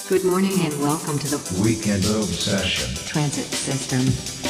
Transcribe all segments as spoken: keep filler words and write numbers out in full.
Good morning and welcome to the Weekend Obsession Transit System.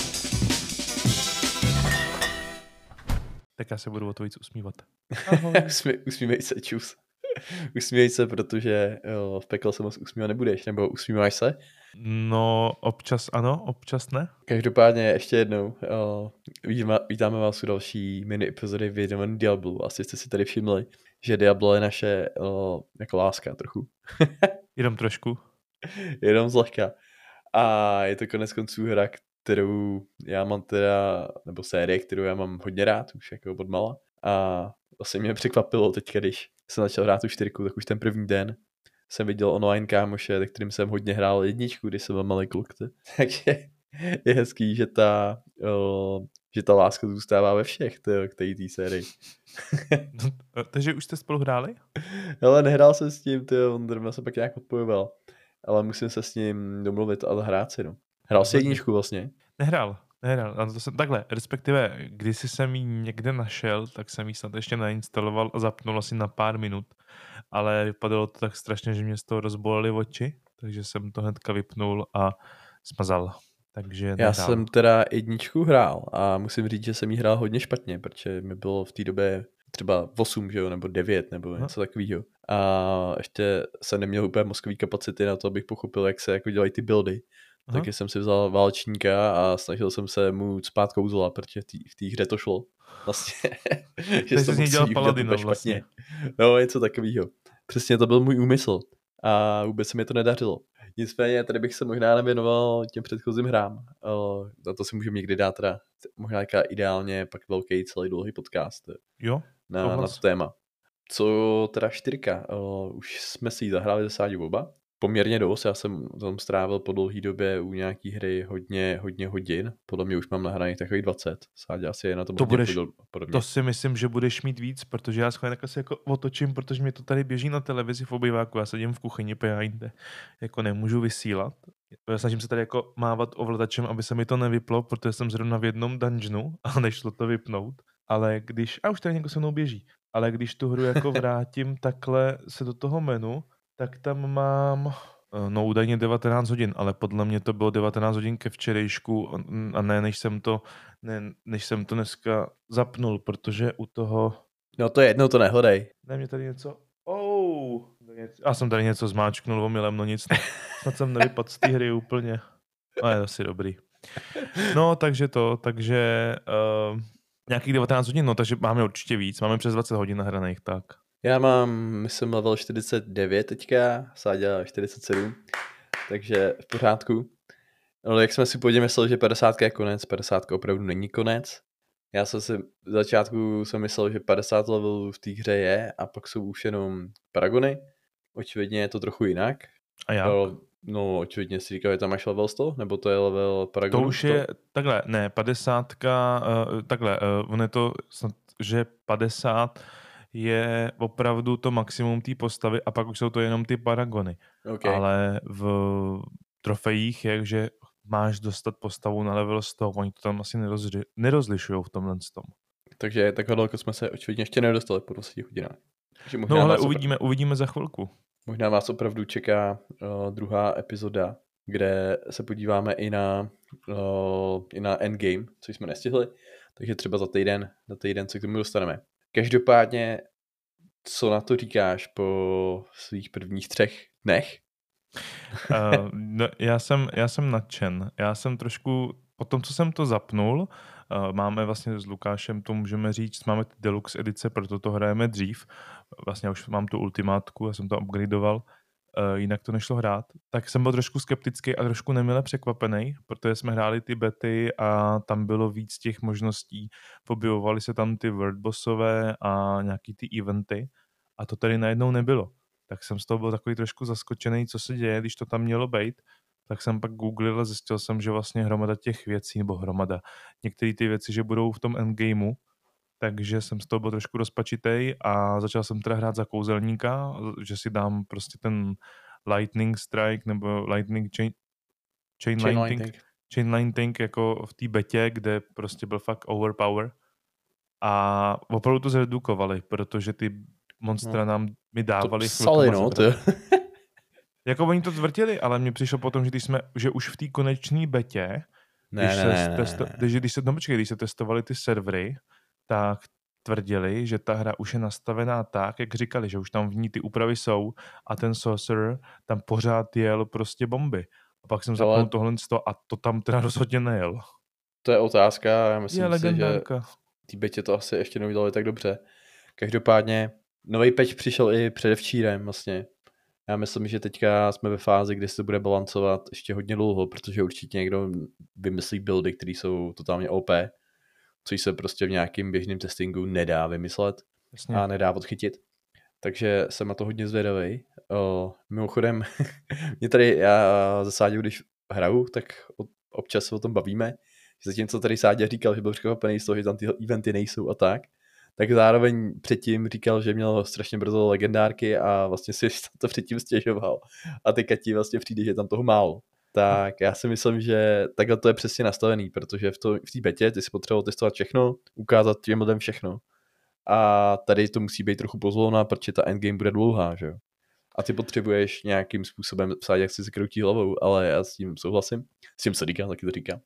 Tak já se budu o to víc usmívat. Usmí, usmívej se, čus. Usmívej se, protože jo, v pekle se moc usmívat nebudeš, nebo usmíváš se? No, občas ano, občas ne. Každopádně ještě jednou jo, vítáme, vítáme vás u další mini epizody věnované Diablu. Asi jste si tady všimli, že Diablo je naše jo, jako láska trochu. Jenom trošku. Jenom zlehka. A je to konec konců hra, kterou já mám teda, nebo série, kterou já mám hodně rád, už jako od mala. A vlastně mě překvapilo teďka, když jsem začal hrát tu čtyřku, tak už ten první den jsem viděl online kámoše, se kterým jsem hodně hrál jedničku, když jsem byl malý kluk. Takže je hezký, že ta, o, že ta láska zůstává ve všech k té sérii. No, takže už jste spolu hráli? Ale nehrál jsem s tím, tyjo, on zrovna se pak nějak odpojoval. Ale musím se s ním domluvit a hrát si, no. Hrál jsi jedničku vlastně? Nehrál, nehrál. A to jsem takhle, respektive, když jsem ji někde našel, tak jsem ji snad ještě nainstaloval a zapnul asi na pár minut. Ale vypadalo to tak strašně, že mě z toho rozbolely oči, takže jsem to hnedka vypnul a smazal. Takže nehrál. Já jsem teda jedničku hrál a musím říct, že jsem ji hrál hodně špatně, protože mi bylo v té době třeba osm, že jo, nebo devět, nebo něco takového. A ještě jsem neměl úplně mozkový kapacity na to, abych pochopil, jak se jako dělají ty buildy. Aha. Takže jsem si vzal válečníka a snažil jsem se mu spát kouzla, protože tý, v té hře to šlo. Vlastně. že jsi z něj dělal paladina vlastně. No, něco takového. Přesně to byl můj úmysl. A vůbec se mi to nedařilo. Nicméně tady bych se možná nevěnoval těm předchozím hrám. Za to si můžeme někdy dát teda možná jaká ideálně pak velký celý dlouhý podcast. Jo, na, na to téma. Co teda čtyřka? Už jsme si ji zahráli ze Sáďou oba. Poměrně dost, já jsem tam strávil po dlouhý době u nějaký hry hodně, hodně hodin. Podle mě už mám nahraných takových dvacet. Sáďa asi je na tom to budeš, podobně. To si myslím, že budeš mít víc, protože já schválně takhle se jako otočím, protože mě to tady běží na televizi v obýváku. Já sedím v kuchyni, já jinde jako nemůžu vysílat. Já snažím se tady jako mávat ovladačem, aby se mi to nevyplo, protože jsem zrovna v jednom dungeonu a nešlo to vypnout. Ale když, a už tady někdo se mnou běží, ale když tu hru jako vrátím takhle se do toho menu, tak tam mám, no údajně devatenáct hodin, ale podle mě to bylo devatenáct hodin ke včerejšku a ne, než jsem to, ne, než jsem to dneska zapnul, protože u toho... No to je jedno, to nehledej. Ne, mě tady něco... Oh, já jsem tady něco zmáčknul omylem, no nic, ne. Snad jsem nevypadl z té hry úplně. A je asi dobrý. No, takže to, takže uh, nějakých devatenáct hodin, no, takže máme určitě víc, máme přes dvacet hodin nahraných, tak. Já mám, myslím, level čtyřicet devět teďka, Sáďa čtyřicet sedm, takže v pořádku. Ale jak jsme si původně mysleli, že padesát je konec, padesát opravdu není konec. Já jsem si v začátku jsem myslel, že padesát levelů v té hře je a pak jsou už jenom paragony. Očividně je to trochu jinak. A jak? No, očividně si říkal, že tam máš level sto, nebo to je level paragonu? To už je, takhle, ne, padesátka, uh, takhle, uh, on je to, že padesát je opravdu to maximum té postavy a pak už jsou to jenom ty paragony. Okay. Ale v trofejích je, že máš dostat postavu na level sto, oni to tam asi nerozři, nerozlišujou v tomhle tom. Takže takhle daleko jsme se očividně ještě nedostali po dvaceti hodinách. No ale uvidíme, opra- uvidíme za chvilku. Možná vás opravdu čeká uh, druhá epizoda, kde se podíváme i na, uh, i na endgame, což jsme nestihli, takže třeba za týden, za týden se k tomu dostaneme. Každopádně, co na to říkáš po svých prvních třech dnech? uh, no, já, jsem, já jsem nadšen. Já jsem trošku, po tom, co jsem to zapnul, uh, máme vlastně s Lukášem, to můžeme říct, máme ty deluxe edice, proto to hrajeme dřív. Vlastně už mám tu ultimátku, já jsem to upgradeoval, uh, jinak to nešlo hrát. Tak jsem byl trošku skeptický a trošku nemile překvapený, protože jsme hráli ty bety a tam bylo víc těch možností. Objevovaly se tam ty worldbossové a nějaký ty eventy a to tady najednou nebylo. Tak jsem z toho byl takový trošku zaskočený, co se děje, když to tam mělo být. Tak jsem pak googlil a zjistil jsem, že vlastně hromada těch věcí, nebo hromada, některé ty věci, že budou v tom endgameu, takže jsem z toho byl trošku rozpačitej a začal jsem teda hrát za kouzelníka, že si dám prostě ten lightning strike nebo lightning chain, chain, chain lightning, lightning. chain lightning jako v té betě, kde prostě byl fakt overpower a opravdu to zredukovali, protože ty monstra no. nám mi dávali to psali, no, to Jako oni to tvrdili, ale mně přišlo potom, že, když jsme, že už v té konečné betě, Ne, když, ne, se ne, ne, testo, ne. když, když, se, no počkej, když se testovaly ty servery, tak tvrdili, že ta hra už je nastavená tak, jak říkali, že už tam v ní ty úpravy jsou a ten Sorcerer tam pořád jel prostě bomby. A pak jsem zapnul Ale tohle a to tam teda rozhodně nejel. to je otázka, já Je myslím si, že legendárka. v té betě to asi ještě neudělali tak dobře. Každopádně nový patch přišel i předevčírem vlastně. Já myslím, že teďka jsme ve fázi, kdy se to bude balancovat ještě hodně dlouho, protože určitě někdo vymyslí buildy, které jsou totálně O P, což se prostě v nějakým běžným testingu nedá vymyslet Jasně. a nedá odchytit. Takže jsem na to hodně zvědavej. O, mimochodem, mě tady, já ze Sáďou, když hraju, tak občas se o tom bavíme, že zatímco tady Sáďa říkal, že byl překvapený z toho, že tam ty eventy nejsou a tak, tak zároveň předtím říkal, že měl strašně brzo legendárky a vlastně si to předtím stěžoval. A teďka ti vlastně přijde, že je tam toho málo. Tak já si myslím, že takhle to je přesně nastavený, protože v, to, v té betě ty si potřeboval testovat všechno, ukázat těm lidem všechno. A tady to musí být trochu pozvolná, protože ta endgame bude dlouhá, že jo. A ty potřebuješ nějakým způsobem psát, jak si se kroutí hlavou, ale já s tím souhlasím. S tím, co říkám, taky to říkám.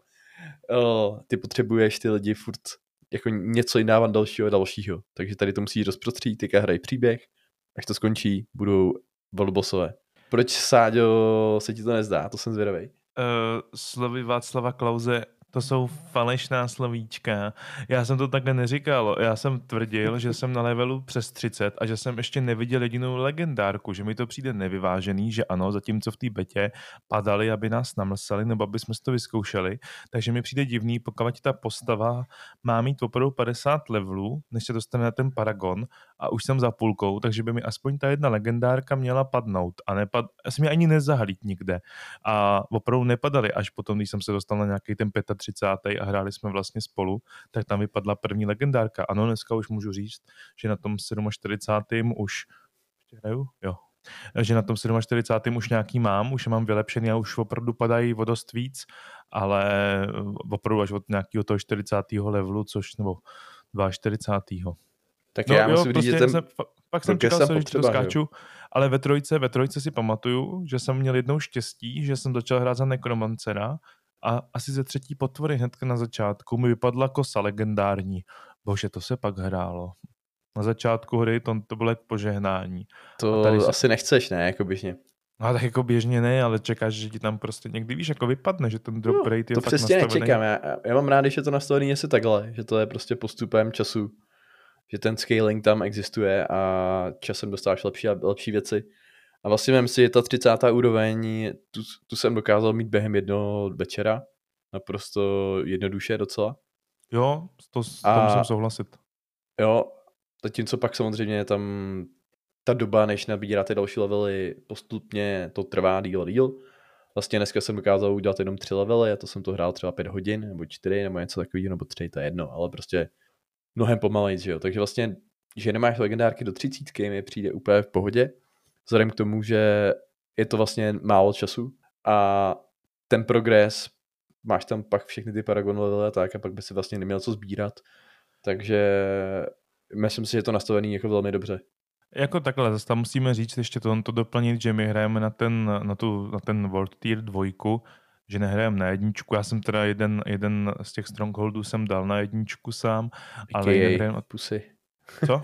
O, ty potřebuješ ty lidi furt jako něco jim dávat dalšího a dalšího. Takže tady to musí rozprostřít, teďka hrají příběh, až to skončí, budou volbosové. Proč, Sáďo, se ti to nezdá? To jsem zvědavej. Uh, slovy Václava Klause, to jsou falešná slovíčka. Já jsem to takhle neříkal. Já jsem tvrdil, že jsem na levelu přes třicet a že jsem ještě neviděl jedinou legendárku, že mi to přijde nevyvážený, že ano, zatímco v té betě padali, aby nás namlsali, nebo aby jsme si to vyzkoušeli. Takže mi přijde divný, pokud ta postava má mít opravdu padesát levelů, než se dostane na ten Paragon a už jsem za půlkou, takže by mi aspoň ta jedna legendárka měla padnout a nepad... Já jsem ji ani nezahlít nikde. A opravdu nepadaly až potom, když jsem se dostal na nějaký ten třicátý pátý a hráli jsme vlastně spolu, tak tam vypadla první legendárka. Ano, dneska už můžu říct, že na tom čtyřicátém sedmém už ještě hraju? Jo. Že na tom čtyřicátém sedmém už nějaký mám, už je mám vylepšený a už opravdu padají o dost víc, ale opravdu až od nějakého toho čtyřicátého levelu, což nebo čtyřicátého druhého Tak No já jo, musím prostě říct, že ten jsem, pak jsem čekal, že to skáču, ale ve trojce, ve trojce si pamatuju, že jsem měl jednou štěstí, že jsem začal hrát za nekromancera a asi ze třetí potvory hnedka na začátku mi vypadla kosa legendární. Bože, to se pak hrálo. Na začátku hry to, to bylo jak požehnání. To tady se... asi nechceš, ne, jako běžně. No tak jako běžně ne, ale čekáš, že ti tam prostě někdy, víš, jako vypadne, že ten drop rate je to fakt přesně nastavený. nečekám, já, já mám rád, když je to nastavený asi takhle, že to je prostě postupem času, že ten scaling tam existuje a časem dostáváš lepší a lepší věci. A vlastně vem si, ta třicátá úroveň, tu, tu jsem dokázal mít během jednoho večera, naprosto jednoduše docela. Jo, to, to a, musím souhlasit. Jo, zatímco pak samozřejmě tam ta doba, než nabíráte další levely, postupně to trvá díl díl. Vlastně dneska jsem dokázal udělat jenom tři levely a to jsem to hrál třeba pět hodin, nebo čtyři, nebo něco takového, nebo tři, to je jedno, ale prostě mnohem pomalejc, že jo. Takže vlastně, že nemáš legendárky do třicítky, mi přijde úplně v pohodě, vzhledem k tomu, že je to vlastně málo času a ten progres, máš tam pak všechny ty Paragon levely a tak a pak by si vlastně neměl co sbírat, takže myslím si, že je to nastavený jako velmi dobře. Jako takhle, zase tam musíme říct ještě to, to doplnit, že my hrajeme na ten, na tu, na ten World Tier dvojku, že nehrajeme na jedničku. Já jsem teda jeden, jeden z těch Strongholdů jsem dal na jedničku sám, ale jinak hrajeme od pusy. Co?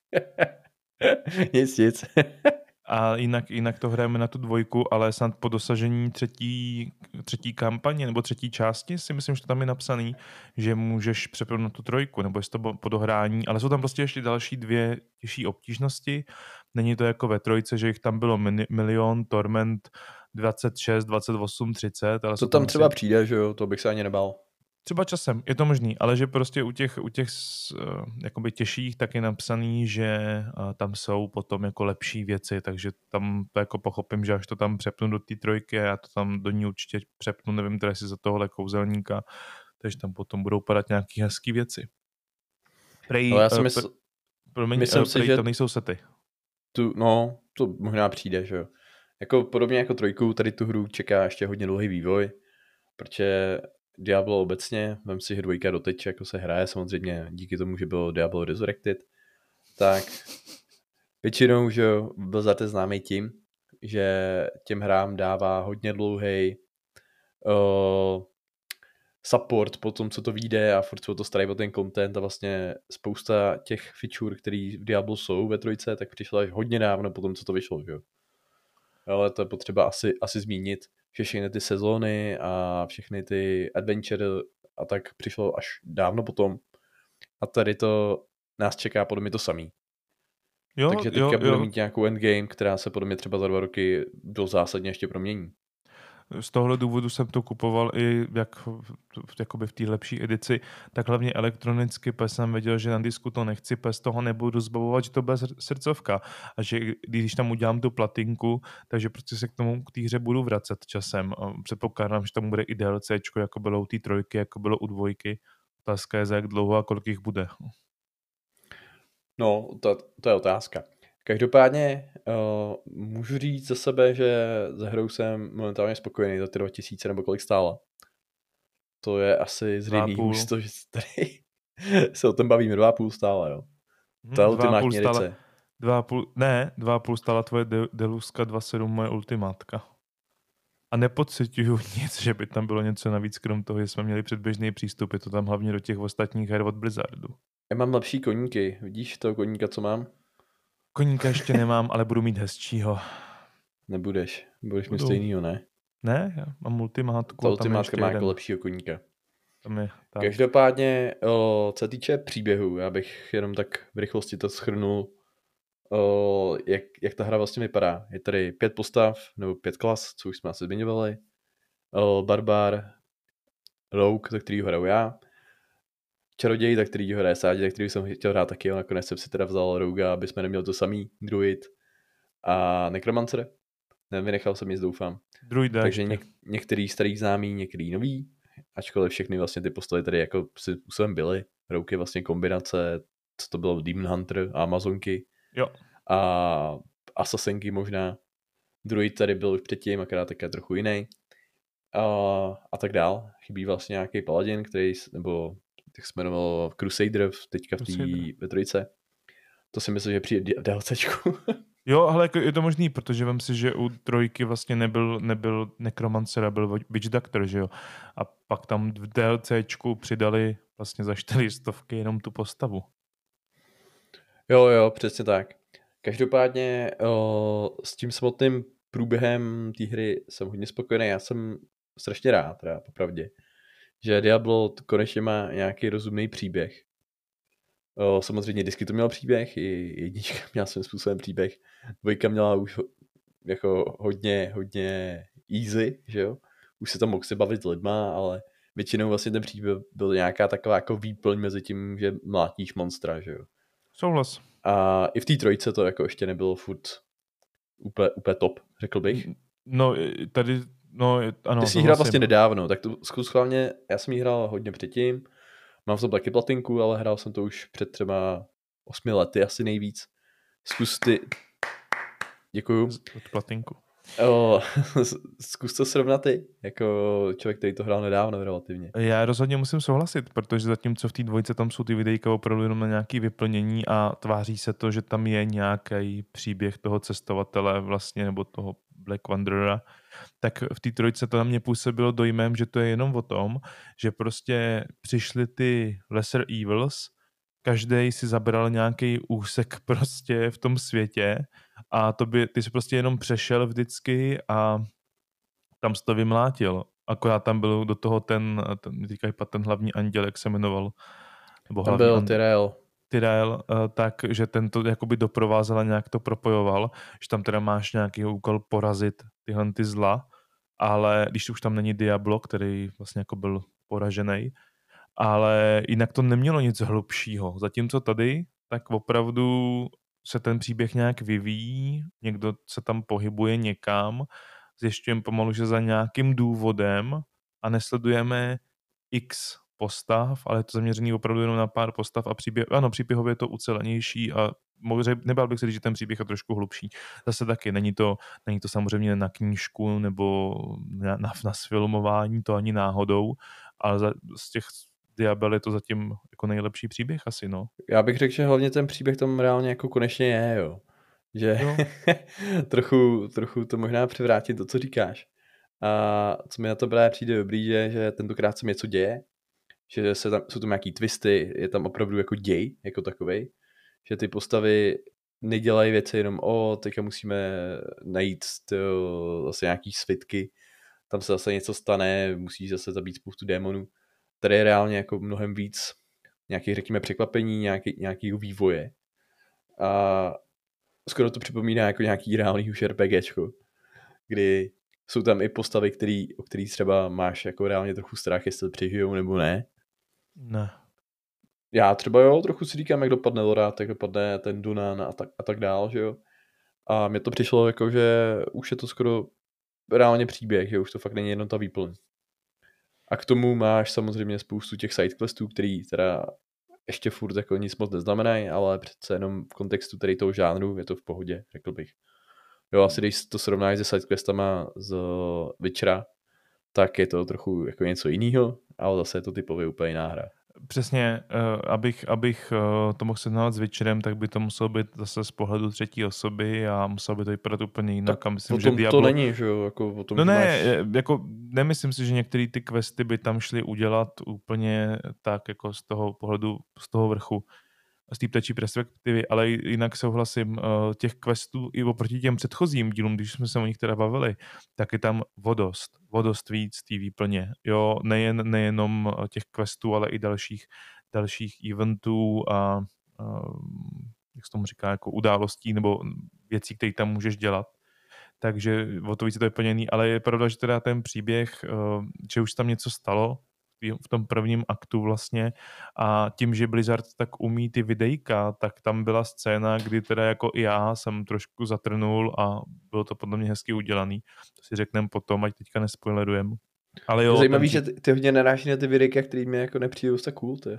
nic, nic. A jinak, jinak to hrajeme na tu dvojku, ale snad po dosažení třetí, třetí kampaně nebo třetí části si myslím, že to tam je napsaný, že můžeš přepnout na tu trojku, nebo je to po dohrání, ale jsou tam prostě ještě další dvě těžší obtížnosti. Není to jako ve trojce, že jich tam bylo mini, milion, Torment dvacet šest, dvacet osm, třicet. Ale to tam třeba si... přijde, že jo, to bych se ani nebál. Třeba časem, je to možný, ale že prostě u těch, u těch uh, jakoby těžších tak je napsaný, že uh, tam jsou potom jako lepší věci, takže tam to jako pochopím, že až to tam přepnu do té trojky a já to tam do ní určitě přepnu, nevím teda jestli za tohohle kouzelníka, takže tam potom budou padat nějaký hezký věci. Prej, ale já si uh, mysl... pr- promiň, myslím uh, si, prej, že tam nejsou sety. Tu, no, to možná přijde, že jo. Jako podobně jako trojku, tady tu hru čeká ještě hodně dlouhý vývoj, protože Diablo obecně, vem si, že dvojka doteď jako se hraje, samozřejmě díky tomu, že bylo Diablo Resurrected, tak většinou, že Blizzard je známý tím, že těm hrám dává hodně dlouhý uh, support po tom, co to vyjde a furt se o to starají o ten content a vlastně spousta těch feature, který v Diablo jsou ve trojce, tak přišlo až hodně dávno po tom, co to vyšlo, že jo. Ale to je potřeba asi, asi zmínit, že všechny ty sezóny a všechny ty adventure a tak přišlo až dávno potom. A tady to nás čeká podle mě to samý. Jo, Takže teďka jo, bude jo. mít nějakou endgame, která se podle mě třeba za dva roky do zásadně ještě promění. Z tohohle důvodu jsem to kupoval i jak, jakoby v té lepší edici, tak hlavně elektronicky, protože jsem věděl, že na disku to nechci, bez toho nebudu zbavovat, že to bude srdcovka a že když tam udělám tu platinku, takže prostě se k tomu k té hře budu vracet časem. Předpokládám, že tam bude i DLCčko, jako bylo u té trojky, jako bylo u dvojky. Otázka je, za jak dlouho a kolik jich bude. No, to, to je otázka. Každopádně uh, můžu říct za sebe, že za hrou jsem momentálně spokojený za ty dva tisíce nebo kolik stála. To je asi zřejmý už to, že tady se o tom bavíme. Dva a půl stála, jo. Hmm, To je ultimátní edice. Dva a půl, ne, dva a půl stála tvoje de, Deluska dva sedm moje ultimátka. A nepociťuju nic, že by tam bylo něco navíc, krom toho, že jsme měli předběžný přístup. Je to tam hlavně do těch ostatních her od Blizzardu. Já mám lepší koníky. Vidíš toho koníka, co mám? Koníka ještě nemám, ale budu mít hezčího. Nebudeš. Budeš Budu. mít stejnýho, ne? Ne, já mám ultimátku. Ta ultimátka má jako lepšího koníka. Tam je, tak. Každopádně, o, co se týče příběhu, já bych jenom tak v rychlosti to shrnul, o, jak, jak ta hra vlastně vypadá. Je tady pět postav, nebo pět klas, co už jsme asi zmiňovali. O, barbar, rogue, za kterýho hraju já. Čaroděj, za kterýho hraje Sádě, za který jsem chtěl hrát taky, a nakonec jsem si teda vzal Rouga, aby jsme neměli to samý, druid a nekromancer. Nevynechal jsem nic, doufám. Druida. Takže něk- některý starý známý, některý nový, ačkoliv všechny vlastně ty postavy tady jako způsobem byly. Rogue je vlastně kombinace, co to bylo, Demon Hunter a Amazonky. Jo. A Assassinky možná. Druid tady byl už předtím, akorát také trochu jiný. A, a tak dál. Chybí vlastně nějaký paladin, který, nebo jak se jmenoval Crusader teďka v té ve trojce. To si myslím, že přijde v DLCčku. Jo, ale je to možný, protože vem si, že u trojky vlastně nebyl, nebyl Necromancer, byl Witch Doctor, že jo. A pak tam v DLCčku přidali vlastně za čtyři stovky jenom tu postavu. Jo, jo, přesně tak. Každopádně o, s tím samotným průběhem té hry jsem hodně spokojený. Já jsem strašně rád, teda popravdě, že Diablo konečně má nějaký rozumný příběh. O, samozřejmě disky to měl příběh, i jednička měla svým způsobem příběh, dvojka měla už jako hodně, hodně easy, že jo. Už se tam mohl se bavit s lidma, ale většinou vlastně ten příběh byl nějaká taková jako výplň mezi tím, že mlátíš monstra, že jo. Souhlas. A i v té trojce to jako ještě nebylo furt úplně, úplně top, řekl bych. No, tady, no, ano. Ty jsi hrál vlastně nedávno, tak to zkus hlavně, já jsem jí hrál hodně předtím, mám v tom taky platinku, ale hrál jsem to už před třeba osmi lety asi nejvíc. Zkus ty... Děkuju. Od platinku. O, zkus to srovnat ty, jako člověk, který to hrál nedávno relativně. Já rozhodně musím souhlasit, protože zatímco v té dvojce tam jsou ty videjka opravdu jenom na nějaké vyplnění a tváří se to, že tam je nějaký příběh toho cestovatele vlastně, nebo toho Black Wanderera, tak v té trojce to na mě působilo dojmem, že to je jenom o tom, že prostě přišly ty lesser evils, každý si zabral nějaký úsek prostě v tom světě a to by, ty jsi prostě jenom přešel vždycky a tam jsi to vymlátil. Akorát tam byl do toho ten, ten, říkají ten hlavní anděl, jak se jmenoval. Nebo tam byl Tyrael. Tyrael, takže ten to jakoby doprovázel a nějak to propojoval, že tam teda máš nějaký úkol porazit tyhle ty zla, ale když už tam není Diablo, který vlastně jako byl poražený, ale jinak to nemělo nic hlubšího. Zatímco tady, tak opravdu se ten příběh nějak vyvíjí, někdo se tam pohybuje někam, zjišťujeme pomalu, že za nějakým důvodem a nesledujeme x postav, ale je to zaměřený opravdu jenom na pár postav a příběh, ano, příběhově je to ucelenější a nebál bych se říct, že ten příběh je trošku hlubší. Zase taky, není to, není to samozřejmě na knížku nebo na, na, na sfilmování, to ani náhodou, ale za, z těch Diabel je to zatím jako nejlepší příběh asi, no. Já bych řekl, že hlavně ten příběh tam reálně jako konečně je, jo. že Jo. trochu, trochu to možná převrátit to, co říkáš. A co mi na to právě přijde dobrý, že, že tentokrát se něco děje, že se tam, jsou tam nějaký twisty, je tam opravdu jako děj, jako takovej, že ty postavy nedělají věci jenom o, teďka musíme najít tyjo, zase nějaký svitky, tam se zase něco stane, musíš zase zabít spoustu démonů. Tady je reálně jako mnohem víc nějakých, řekněme, překvapení, nějaký, nějakého vývoje. A skoro to připomíná jako nějaký reálný už RPGčko, kdy jsou tam i postavy, který, o kterých třeba máš jako reálně trochu strach, jestli přežijou nebo ne. Ne. Já třeba jo, trochu si říkám, jak dopadne Lorát, jak dopadne ten Dunan a tak, a tak dál, že jo. A mně to přišlo jako, že už je to skoro reálně příběh, že už to fakt není jenom ta výplň. A k tomu máš samozřejmě spoustu těch sidequestů, který teda ještě furt jako nic moc neznamenají, ale přece jenom v kontextu tady toho žánru je to v pohodě, řekl bych. Jo, asi když to srovnáš se sidequestama z Witchera, tak je to trochu jako něco jiného, ale zase je to typově úplně jiná hra. Přesně, uh, abych, abych uh, to mohl srovnávat s Witcherem, tak by to muselo být zase z pohledu třetí osoby a muselo by to vypadat úplně jinak. Tak a myslím, potom že Diablo... to není, že jo? Jako o tom, no že ne, máš... jako nemyslím si, že některé ty questy by tam šly udělat úplně tak jako z toho pohledu, z toho vrchu, z té ptačí perspektivy, ale jinak souhlasím, těch questů i oproti těm předchozím dílům, když jsme se o nich teda bavili, tak je tam vodost, vodost víc té výplně. Jo, nejen, nejenom těch questů, ale i dalších, dalších eventů a, a jak se tomu říká, jako událostí nebo věcí, které tam můžeš dělat. Takže o to víc je to vyplněný, ale je pravda, že teda ten příběh, že už tam něco stalo v tom prvním aktu vlastně a tím, že Blizzard tak umí ty videjka, tak tam byla scéna, kdy teda jako i já jsem trošku zatrnul a bylo to podle mě hezky udělaný. To si řekneme potom, ať teďka nespoilerujem. Ale jo, je zajímavý, ten... že ty, ty hodně naráží na ty videjka, který mě jako nepřijdou tak cool, ty.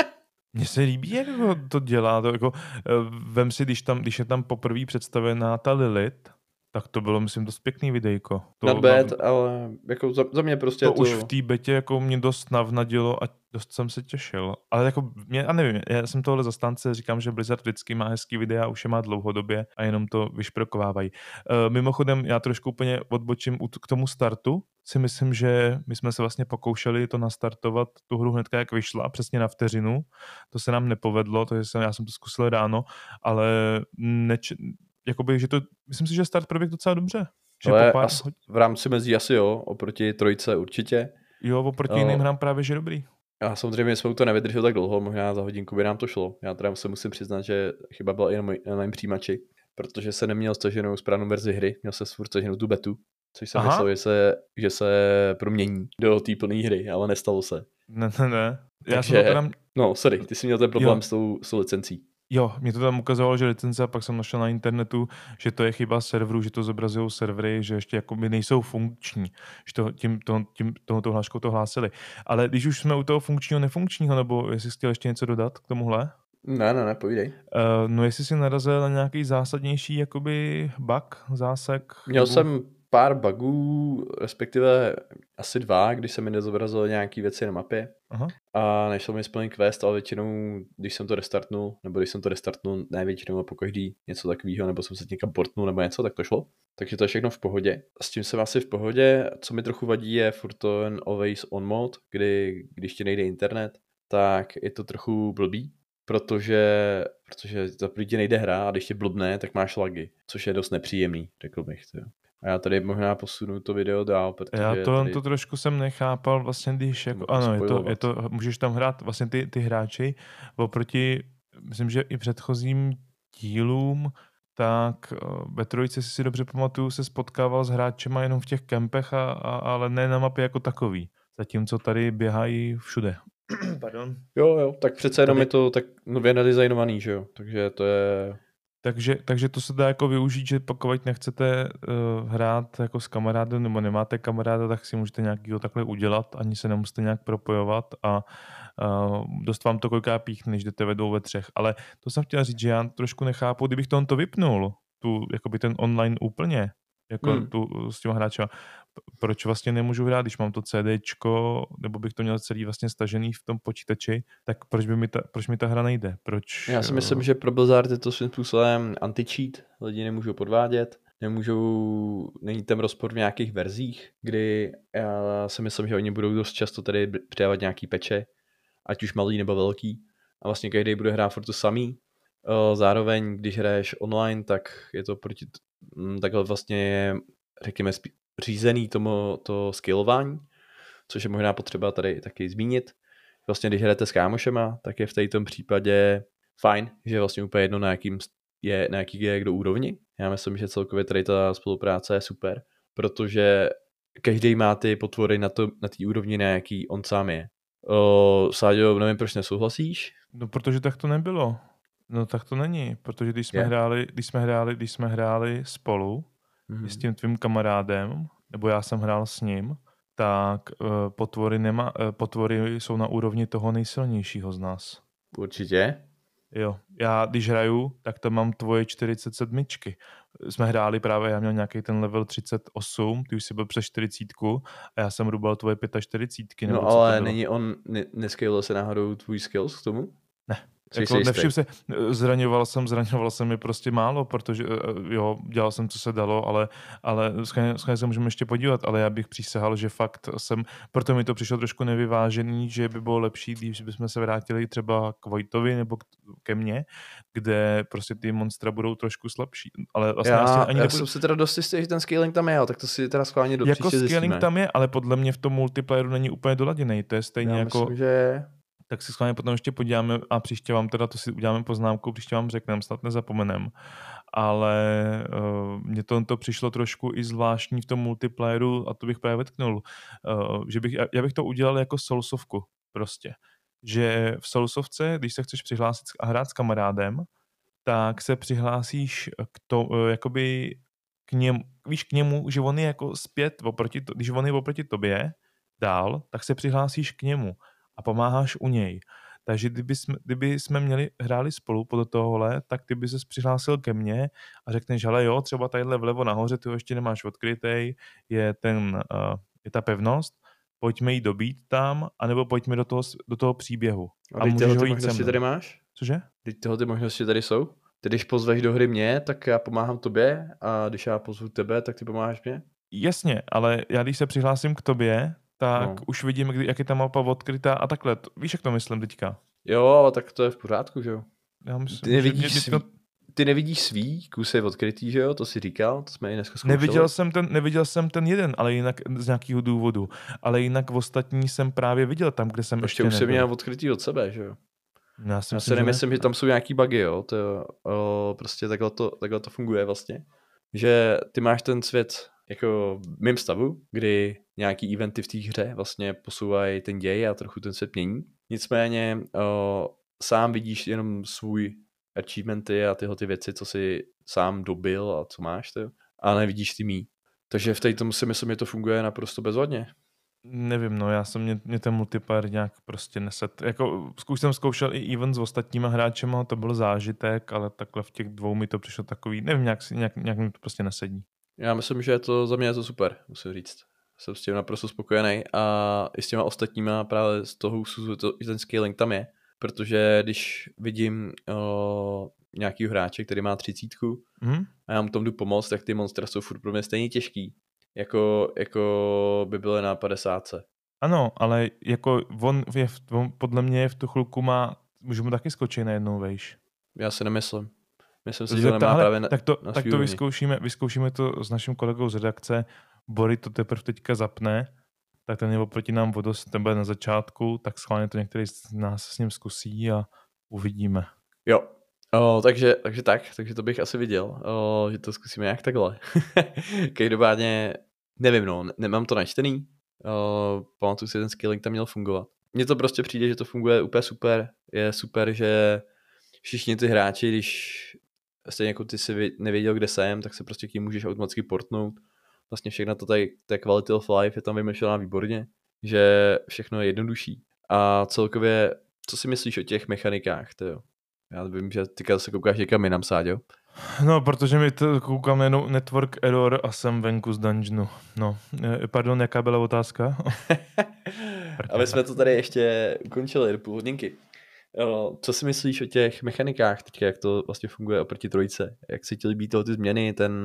Mně se líbí, jak to dělá. To jako, vem si, když, tam, když je tam poprvé představená ta Lilith, tak to bylo, myslím, dost pěkný videjko. To, Not bad, na... ale jako za, za mě prostě to, to... už v té betě jako mě dost navnadilo a dost jsem se těšil. Ale jako mě, a nevím, já jsem tohle zastánce, říkám, že Blizzard vždycky má hezký videa, už je má dlouhodobě a jenom to vyšprokovávají. Uh, mimochodem, já trošku úplně odbočím k tomu startu. Si myslím, že my jsme se vlastně pokoušeli to nastartovat, tu hru hnedka jak vyšla, přesně na vteřinu. To se nám nepovedlo, takže jsem, já jsem to zkusil ráno, ale neč, jakoby, že to, myslím si, že start proběh docela dobře. Že ale pár... as, v rámci mezí asi jo, oproti trojce určitě. Jo, oproti jiným hrám právě, že dobrý. Já samozřejmě jsme to nevydržel tak dlouho, možná za hodinku by nám to šlo. Já teda se musím přiznat, že chyba byla i na, můj, na mém přijímači, protože se neměl staženou správnou verzi hry, měl se furt staženou tu betu, což jsem myslel, že se, že se promění do té plné hry, ale nestalo se. Ne, ne, ne. Já Takže, jsem to teda... No, sorry, ty jsi měl ten problém s tou, s tou licencí. Jo, mě to tam ukazovalo, že licence, a pak jsem našel na internetu, že to je chyba serverů, že to zobrazují servery, že ještě jako by nejsou funkční, že to, tím, to, tím tohoto hláškou to hlásili. Ale když už jsme u toho funkčního, nefunkčního, nebo jestli jsi chtěl ještě něco dodat k tomuhle? Ne, ne, ne, povídej. Uh, no jestli jsi narazil na nějaký zásadnější jakoby bug, zásek? Měl nebo... jsem pár bugů, respektive asi dva, když se mi nezobrazilo nějaký věci na mapě. Aha. A nešel mi splnit quest, ale většinou, když jsem to restartnul, nebo když jsem to restartnul, ne většinou a pokaždý něco takového, nebo jsem se někam portnul nebo něco, tak to šlo. Takže to je všechno v pohodě. S tím jsem asi v pohodě. Co mi trochu vadí, je furt ten always on mode, kdy když ti nejde internet, tak je to trochu blbý, protože, protože za první ti nejde hra a když tě blbne, tak máš lagy, což je dost nepříjemný, řekl bych. Tě. A já tady možná posunu to video dál, protože... Já to, tady... to trošku jsem nechápal, vlastně když, jako, ano, je to, je to, můžeš tam hrát vlastně ty, ty hráči, oproti, myslím, že i předchozím dílům, tak ve trojce, si si dobře pamatuju, se spotkával s hráčema jenom v těch kempech, a, a, ale ne na mapě jako takový, zatímco tady běhají všude. Pardon. Jo, jo, tak přece jenom tady... je to tak nově nadizajnovaný, že jo, takže to je... Takže, takže to se dá jako využít, že pokud nechcete uh, hrát jako s kamarádem nebo nemáte kamaráda, tak si můžete nějakýho takhle udělat, ani se nemusíte nějak propojovat a uh, dost vám to kolikrát píchne, než jdete vedou ve třech. Ale to jsem chtěl říct, že já trošku nechápu, kdybych to on to vypnul, tu, jakoby ten online úplně, jako Hmm. tu, s těma hráčema. Proč vlastně nemůžu hrát, když mám to CDčko, nebo bych to měl celý vlastně stažený v tom počítači, tak proč by mi ta, proč mi ta hra nejde? Proč? Já si myslím, že pro Blizzard je to svým způsobem anti-cheat, lidi nemůžou podvádět, nemůžou, není tam rozpor v nějakých verzích, kdy já si myslím, že oni budou dost často tady přidávat nějaký peče, ať už malý nebo velký, a vlastně každý bude hrát furt to samý. Zároveň, když hraješ online, tak je to proti, takhle vlastně, řekněme, řízený tomu to skillování, což je možná potřeba tady taky zmínit. Vlastně, když hrajete s kámošema, tak je v té tom případě fajn, že je vlastně úplně jedno, na, jakým je, na jaký je kdo úrovni. Já myslím, že celkově tady ta spolupráce je super, protože každý má ty potvory na té na úrovni, na jaký on sám je. O, Sáďo, nevím, proč nesouhlasíš? No, protože tak to nebylo. No tak to není, protože když jsme Je? hráli, když jsme hráli, když jsme hráli spolu Mhm. s tím tvým kamarádem, nebo já jsem hrál s ním, tak uh, potvory, nema, uh, potvory jsou na úrovni toho nejsilnějšího z nás. Určitě. Jo, já když hraju, tak tam mám tvoje čtyřicet sedm. Jsme hráli právě, já měl nějaký ten level třicet osm, ty už jsi byl přes čtyřicet a já jsem rubal tvoje čtyřicet pět. No ale není on, ne, nescalil se náhodou tvůj skills k tomu? Ne. Jsi Jako, jistý? nevšim se, zraňoval jsem, zraňoval jsem mi prostě málo, protože jo, dělal jsem, co se dalo, ale, ale schválně se můžeme ještě podívat, ale já bych přísahal, že fakt jsem, proto mi to přišlo trošku nevyvážený, že by bylo lepší, když bychom se vrátili třeba k Vojtovi nebo ke mně, kde prostě ty monstra budou trošku slabší. Ale vlastně já asi ani já nebudu... jsem si teda dost jistý, že ten scaling tam je, tak to si teda schválně do Jako příště scaling zjistíme. tam je, ale podle mě v tom multiplayeru není úplně doladěný, to je stejně Já jako... myslím, že Tak si schválně potom ještě podíváme a příště vám teda to si uděláme poznámku, příště vám řekneme, snad nezapomenem. Ale uh, mně to, to přišlo trošku i zvláštní v tom multiplayeru a to bych právě vetknul, uh, že bych, já bych to udělal jako soulsovku prostě. Že v soulsovce, když se chceš přihlásit a hrát s kamarádem, tak se přihlásíš k to, uh, jakoby k němu, víš, k němu, že on je jako zpět oproti, to, když on je oproti tobě dál, tak se přihlásíš k němu a pomáháš u něj. Takže kdyby jsme, kdyby jsme měli, hráli spolu podle tohohle, tak ty by ses přihlásil ke mně a řekneš, hele jo, třeba tadyhle vlevo nahoře, ty ho ještě nemáš odkrytej, je, ten, uh, je ta pevnost, pojďme jí dobít tam, anebo pojďme do toho, do toho příběhu. A, a tyhle ty možnosti sem tady máš? Cože? Teď tyhle ty možnosti tady jsou? Ty když pozveš do hry mě, tak já pomáhám tobě a když já pozvu tebe, tak ty pomáháš mě? Jasně, ale já když se přihlásím k tobě, tak no. už vidím, kdy, jak je ta mapa odkrytá a takhle. Víš, jak to myslím teďka? Jo, ale tak to je v pořádku, že jo? Já myslím, ty, nevidíš že mě, svý, to... ty nevidíš svý kusy odkrytý, že jo? To si říkal, to jsme i dneska zkoušeli. Neviděl jsem, ten, neviděl jsem ten jeden, ale jinak z nějakého důvodu. Ale jinak v ostatní jsem právě viděl tam, kde jsem ještě, ještě už jsem měl odkrytý od sebe, že jo? Já, Já si myslím, nemyslím, že, že tam jsou nějaký bugy, jo? To, o, prostě takhle to, takhle to funguje vlastně. Že ty máš ten svět jako v mém stavu, kdy nějaký eventy v té hře vlastně posouvají ten děj a trochu ten svět mění. Nicméně o, sám vidíš jenom svůj achievementy a tyhle ty věci, co si sám dobil a co máš, to, a nevidíš ty mý. Takže v té tomu si myslím, že to funguje naprosto bezvadně. Nevím, no já jsem mě, mě ten multiplayer nějak prostě neset. Jako už jsem zkoušel i event s ostatníma hráčema, to byl zážitek, ale takhle v těch dvou mi to přišlo takový, nevím, nějak, nějak, nějak mi to prostě nesedí. Já myslím, že je to za mě je to super, musím říct. Jsem s tím naprosto spokojený a i s těma ostatníma právě z toho úsuzu to, ten scaling tam je, protože když vidím o, nějakýho hráče, který má třicítku hmm? a já mu tomu jdu pomoct, tak ty monstra jsou furt pro mě stejně těžký, jako, jako by byly na padesátce. Ano, ale jako on, je, on podle mě v tu chvilku má, můžu mu taky skočit na jednou vejš. Já si nemyslím. Myslím si, že to nemá právě na, tak to, na tak to vyzkoušíme, vyzkoušíme to s naším kolegou z redakce. Bory to teprve teďka zapne, tak ten je oproti nám vodost tebe na začátku, tak schválně to některý z nás s ním zkusí a uvidíme. Jo, o, takže, takže tak, takže to bych asi viděl, o, že to zkusíme jak takhle. Každopádně, nevím, no, nemám to načtený, o, pamatuju si, ten scaling tam měl fungovat. Mně to prostě přijde, že to funguje úplně super, je super, že všichni ty hráči, když stejně jako ty si nevěděl, kde jsem, tak se prostě k tím můžeš automaticky portnout. Vlastně všechno to tady, ta quality of life je tam vymyšlená výborně, že všechno je jednodušší. A celkově, co si myslíš o těch mechanikách, to jo? Já vím, že teďka se koukáš někam jinam, Sáďo. No, protože mi to koukám jenom network error a jsem venku z dungeonu. No, eh, pardon, jaká byla otázka? Aby jsme to tady ještě ukončili do půl hodinky. Jo, co si myslíš o těch mechanikách teďka, jak to vlastně funguje oproti trojce? Jak si ti líbí toho ty změny, ten,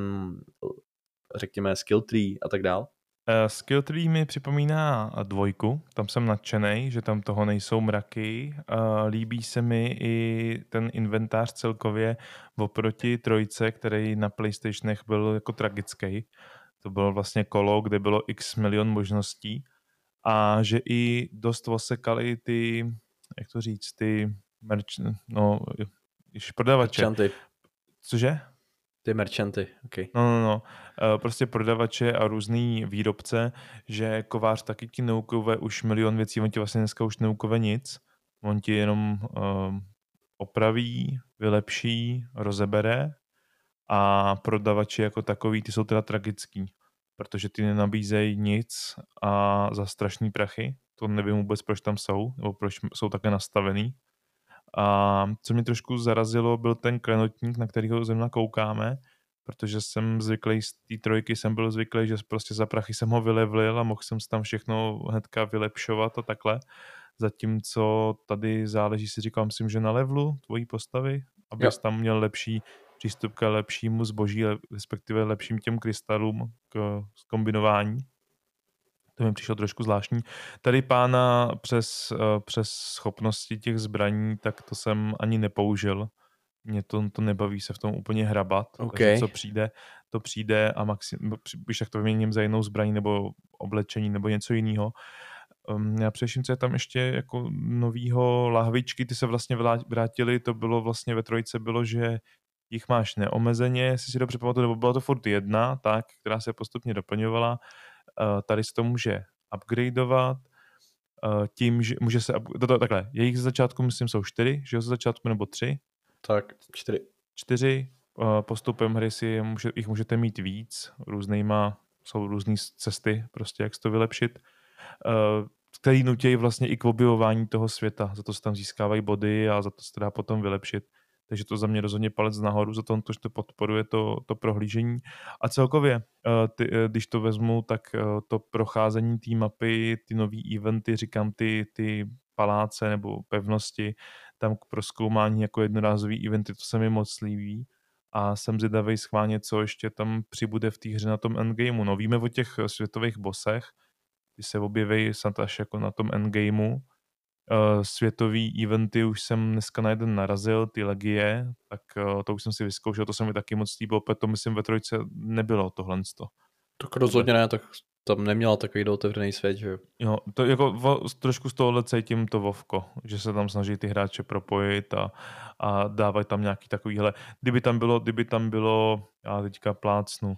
řekněme, skill tree a tak dál? Uh, skill tree mi připomíná dvojku, tam jsem nadšenej, že tam toho nejsou mraky. Uh, líbí se mi i ten inventář celkově oproti trojce, který na PlayStationech byl jako tragický. To bylo vlastně kolo, kde bylo x milion možností a že i dost osekali ty, jak to říct, ty merch, no, již prodavače. Merchanty. Cože? Ty merchanty, ok. No, no, no. Prostě prodavače a různý výrobce, že kovář taky ti neukové už milion věcí, on ti vlastně dneska už neukové nic. On ti jenom um, opraví, vylepší, rozebere a prodavači jako takový, ty jsou teda tragický, protože ty nenabízejí nic a za strašný prachy. To nevím vůbec, proč tam jsou, nebo proč jsou také nastavený. A co mě trošku zarazilo, byl ten klenotník, na kterýho zrovna koukáme, protože jsem zvyklý z té trojky, jsem byl zvyklý, že prostě za prachy jsem ho vylevlil a mohl jsem si tam všechno hnedka vylepšovat a takhle. Zatímco tady záleží, si říkám, myslím, že na levelu tvojí postavy, abys jo. tam měl lepší přístup k lepšímu zboží, respektive lepším těm krystalům k zkombinování. To mi přišlo trošku zvláštní. Tady pána přes, přes schopnosti těch zbraní, tak to jsem ani nepoužil. Mě to, to nebaví se v tom úplně hrabat. Okay. Takže co přijde, to přijde a maxim, když tak to vyměním za jinou zbraní nebo oblečení nebo něco jiného. Um, já především, co je tam ještě jako novýho, lahvičky, ty se vlastně vrátily, to bylo vlastně ve trojce, bylo, že jich máš neomezeně, jestli si dobře pamatuju, nebo byla to furt jedna, tak, která se postupně doplňovala. Uh, tady se to může upgradeovat uh, tím, že může se... Up... To, takhle, jejich ze začátku, myslím, jsou čtyři, že jo, ze začátku, nebo tři? Tak, čtyři. Čtyři. Uh, postupem hry si může, jich můžete mít víc, různýma, jsou různý cesty, prostě jak si to vylepšit, uh, který nutějí vlastně i k objevování toho světa, za to se tam získávají body a za to se to dá potom vylepšit. Takže to za mě rozhodně palec nahoru, za to, že to podporuje to, to prohlížení. A celkově, ty, když to vezmu, tak to procházení té mapy, ty nový eventy, říkám ty, ty paláce nebo pevnosti, tam k prozkoumání jako jednorázový eventy, to se mi moc líbí. A jsem zvědavej schválně, co ještě tam přibude v té hře na tom endgameu. No víme o těch světových bossech, ty se objeví snad až jako na tom endgameu. Uh, světový eventy už jsem dneska na jeden narazil, ty legie, tak uh, to už jsem si vyzkoušel, to se mi taky moc líbilo, protože to myslím ve trojce nebylo tohle. Tak rozhodně ne, tak tam neměla takový otevřený svět, že jo? Jo, to jako vo, trošku z tohohle cítím to Vovko, že se tam snaží ty hráče propojit a, a dávají tam nějaký takovýhle, kdyby tam bylo, kdyby tam bylo, já teďka plácnu,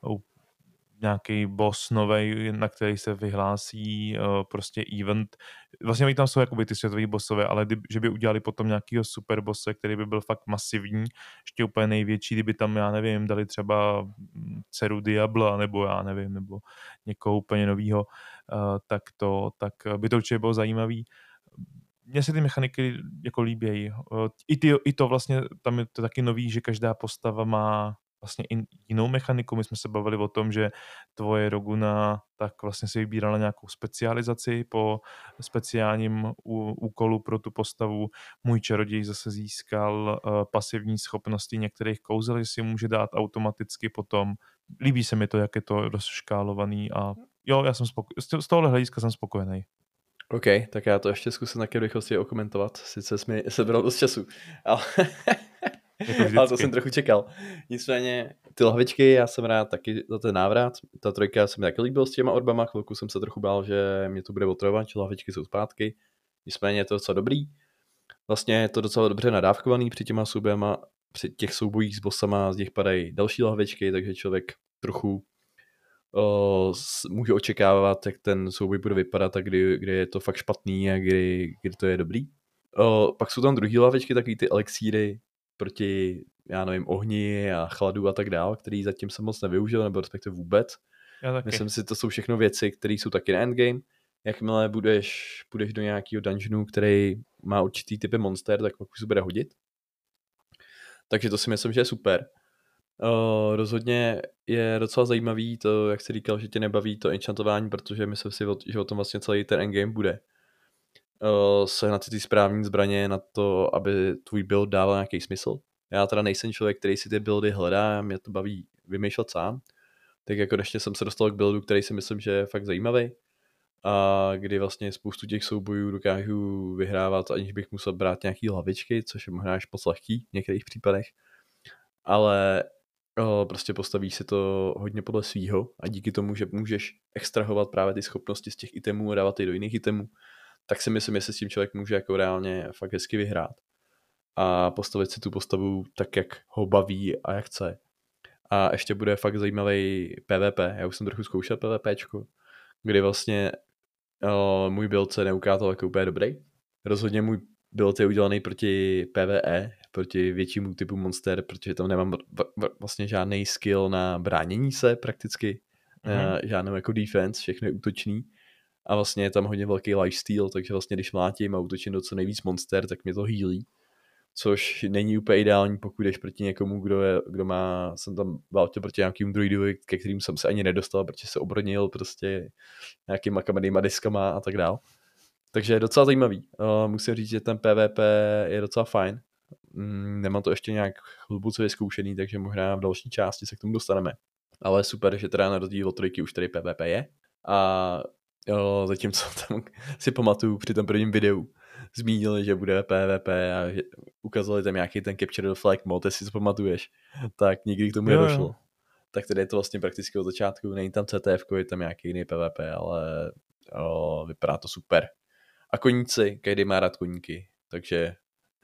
nějaký boss novej, na který se vyhlásí uh, prostě event. Vlastně oni tam jsou jakoby ty světový bossové, ale kdyby, že by udělali potom nějakýho super bosse, který by byl fakt masivní, ještě úplně největší, kdyby tam, já nevím, dali třeba dceru Diabla, nebo já nevím, nebo někoho úplně novýho, uh, tak to, tak by to určitě bylo zajímavý. Mně se ty mechaniky jako líbějí. Uh, i, ty, I to vlastně, tam je to taky nový, že každá postava má vlastně i jinou mechaniku. My jsme se bavili o tom, že tvoje Roguna tak vlastně si vybírala nějakou specializaci po speciálním úkolu pro tu postavu. Můj čaroděj zase získal uh, pasivní schopnosti některých kouzel, že si může dát automaticky potom. Líbí se mi to, jak je to rozškálovaný a jo, já jsem spokojený. Z tohohle hlediska jsem spokojený. OK, tak já to ještě zkusím taky v rychlosti okomentovat. Sice jsi mi sebral dost času, ale... Jako ale to jsem trochu čekal. Nicméně ty lahvičky, já jsem rád taky za ten návrat. Ta trojka se mi taky líbil s těma orbama, chvilku jsem se trochu bál, že mě to bude otravovat, že lahvičky jsou zpátky. Nicméně je to docela dobrý. Vlastně je to docela dobře nadávkovaný při těma soubojama, při těch soubojích s bossama, z nich padají další lahvičky, takže člověk trochu o, může očekávat, jak ten souboj bude vypadat a kdy, kdy je to fakt špatný a kdy, kdy to je dobrý. O, pak jsou tam druhý lahvičky, takový ty elixíry proti, já nevím, ohni a chladu a tak dál, který zatím jsem moc nevyužil, nebo respektive vůbec. Myslím si, to jsou všechno věci, které jsou taky na endgame. Jakmile budeš, budeš do nějakého dungeonu, který má určitý typy monster, tak pak už se bude hodit. Takže to si myslím, že je super. Uh, rozhodně je docela zajímavý to, jak jsi říkal, že tě nebaví to enchantování, protože myslím si, že o tom vlastně celý ten endgame bude. Uh, sehnat si ty správní zbraně na to, aby tvůj build dával nějaký smysl. Já teda nejsem člověk, který si ty buildy hledá, mě to baví vymýšlet sám. Tak jako ještě jsem se dostal k buildu, který si myslím, že je fakt zajímavý. A kdy vlastně spoustu těch soubojů dokážu vyhrávat, aniž bych musel brát nějaký hlavičky, což je možná až moc lehký v některých případech. Ale o, prostě postavíš si to hodně podle svýho a díky tomu, že můžeš extrahovat právě ty schopnosti z těch itemů a dávat je do jiných itemů, tak si myslím, jestli s tím člověk může jako reálně fakt hezky vyhrát a postavit si tu postavu tak, jak ho baví a jak chce. A ještě bude fakt zajímavý PvP. Já už jsem trochu zkoušel PvPčko, kdy vlastně o, můj build se neukázal jako úplně dobrý. Rozhodně můj build je udělaný proti PvE, proti většímu typu monster, protože tam nemám vlastně žádný skill na bránění se prakticky, mm-hmm. žádnou jako defense, všechno je útočný. A vlastně je tam hodně velký lifesteal, takže vlastně když mlátím a útočím do co nejvíc monster, tak mě to healí. Což není úplně ideální, pokud jdeš proti někomu, kdo, je, kdo má, jsem tam válčil proti nějakým druidovi, ke kterým jsem se ani nedostal, protože se obrnil prostě nějakýma kamennýma diskama a tak dál. Takže je docela zajímavý. Uh, musím říct, že ten PvP je docela fajn. Mm, nemám to ještě nějak hluboce vyzkoušený, takže možná v další části se k tomu dostaneme. Ale super, že teda na rozdíl od trojky už tady PvP je. A jo, zatímco tam si pamatuju při tom prvním videu zmínili, že bude PvP a že ukázali tam nějaký ten Capture the Flag mod, jestli si pamatuješ, tak nikdy k tomu jo, nedošlo. Jo. Tak tady je to vlastně prakticky od začátku, není tam C T F, je tam nějaký jiný PvP, ale jo, vypadá to super. A koníci, každý má rád koníky, takže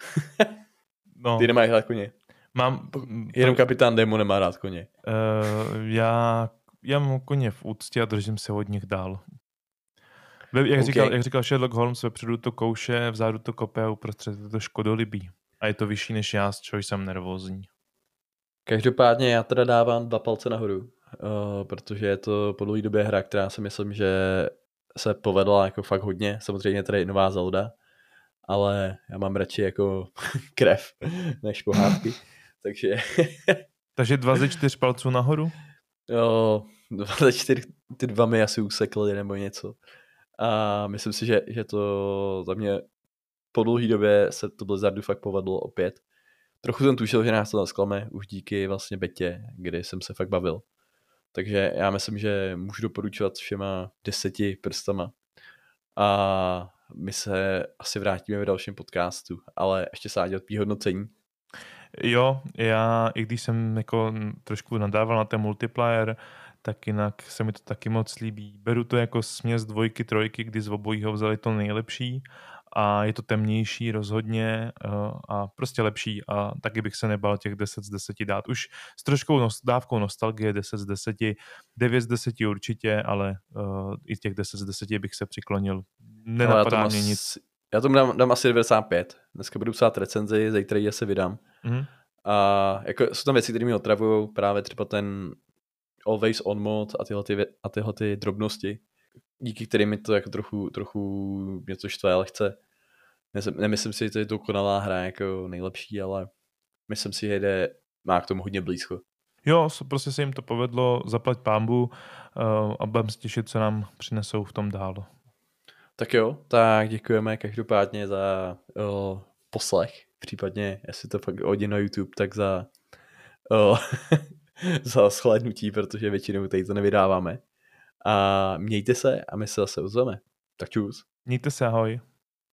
no. Ty nemáš rád koně. Mám... Jenom kapitán Demo nemá rád koně. Uh, já, já mám koně v úctě a držím se od nich dál. Jak, okay. říkal, jak říkal Sherlock Holmes, vepředu to kouše, vzadu to kope a uprostřed je to škodolibý. A je to vyšší než já, z čeho jsem nervózní. Každopádně já teda dávám dva palce nahoru, uh, protože je to po dlouhé době hra, která si myslím, že se povedla jako fakt hodně. Samozřejmě tady je nová Zelda, ale já mám radši jako krev než pohádky. Takže... Takže dva ze čtyř palců nahoru? Jo, dva ze čtyř, ty dva mi asi usekly nebo něco. A myslím si, že, že to za mě po dlouhé době se to Blizzardu fakt povedlo opět. Trochu jsem tušil, že nás to nesklame už díky vlastně betě, kdy jsem se fakt bavil. Takže já myslím, že můžu doporučovat všema deseti prstama. A my se asi vrátíme v dalším podcastu, ale ještě se od hodnocení. Jo, já, i když jsem jako trošku nadával na ten multiplayer, tak jinak se mi to taky moc líbí. Beru to jako směs dvojky, trojky, kdy z obojího vzali to nejlepší a je to temnější rozhodně a prostě lepší a taky bych se nebal těch deset z deseti dát. Už s troškou nos, dávkou nostalgie deset z deseti, devět z deseti určitě, ale uh, i těch deset z deseti bych se přiklonil. Nenapadá mě nic. Já tomu dám, dám asi devadesát pět. Dneska budu psát recenzi, zítra ji asi vydám. Mm-hmm. A jako jsou tam věci, které mi otravují, právě třeba ten always on mod a tyhle, ty, a tyhle ty drobnosti, díky kterým mi to jako trochu, trochu něco štve lehce. Nemyslím si, že to je dokonalá hra jako nejlepší, ale myslím si, že jde, má k tomu hodně blízko. Jo, prostě se jim to povedlo, zaplať pánbu uh, a budeme se těšit, co nám přinesou v tom dál. Tak jo, tak děkujeme každopádně za uh, poslech, případně jestli to fakt hodí na YouTube, tak za uh, za shlédnutí, protože většinou tady to nevydáváme. A mějte se a my se zase ozveme. Tak čus. Mějte se, ahoj.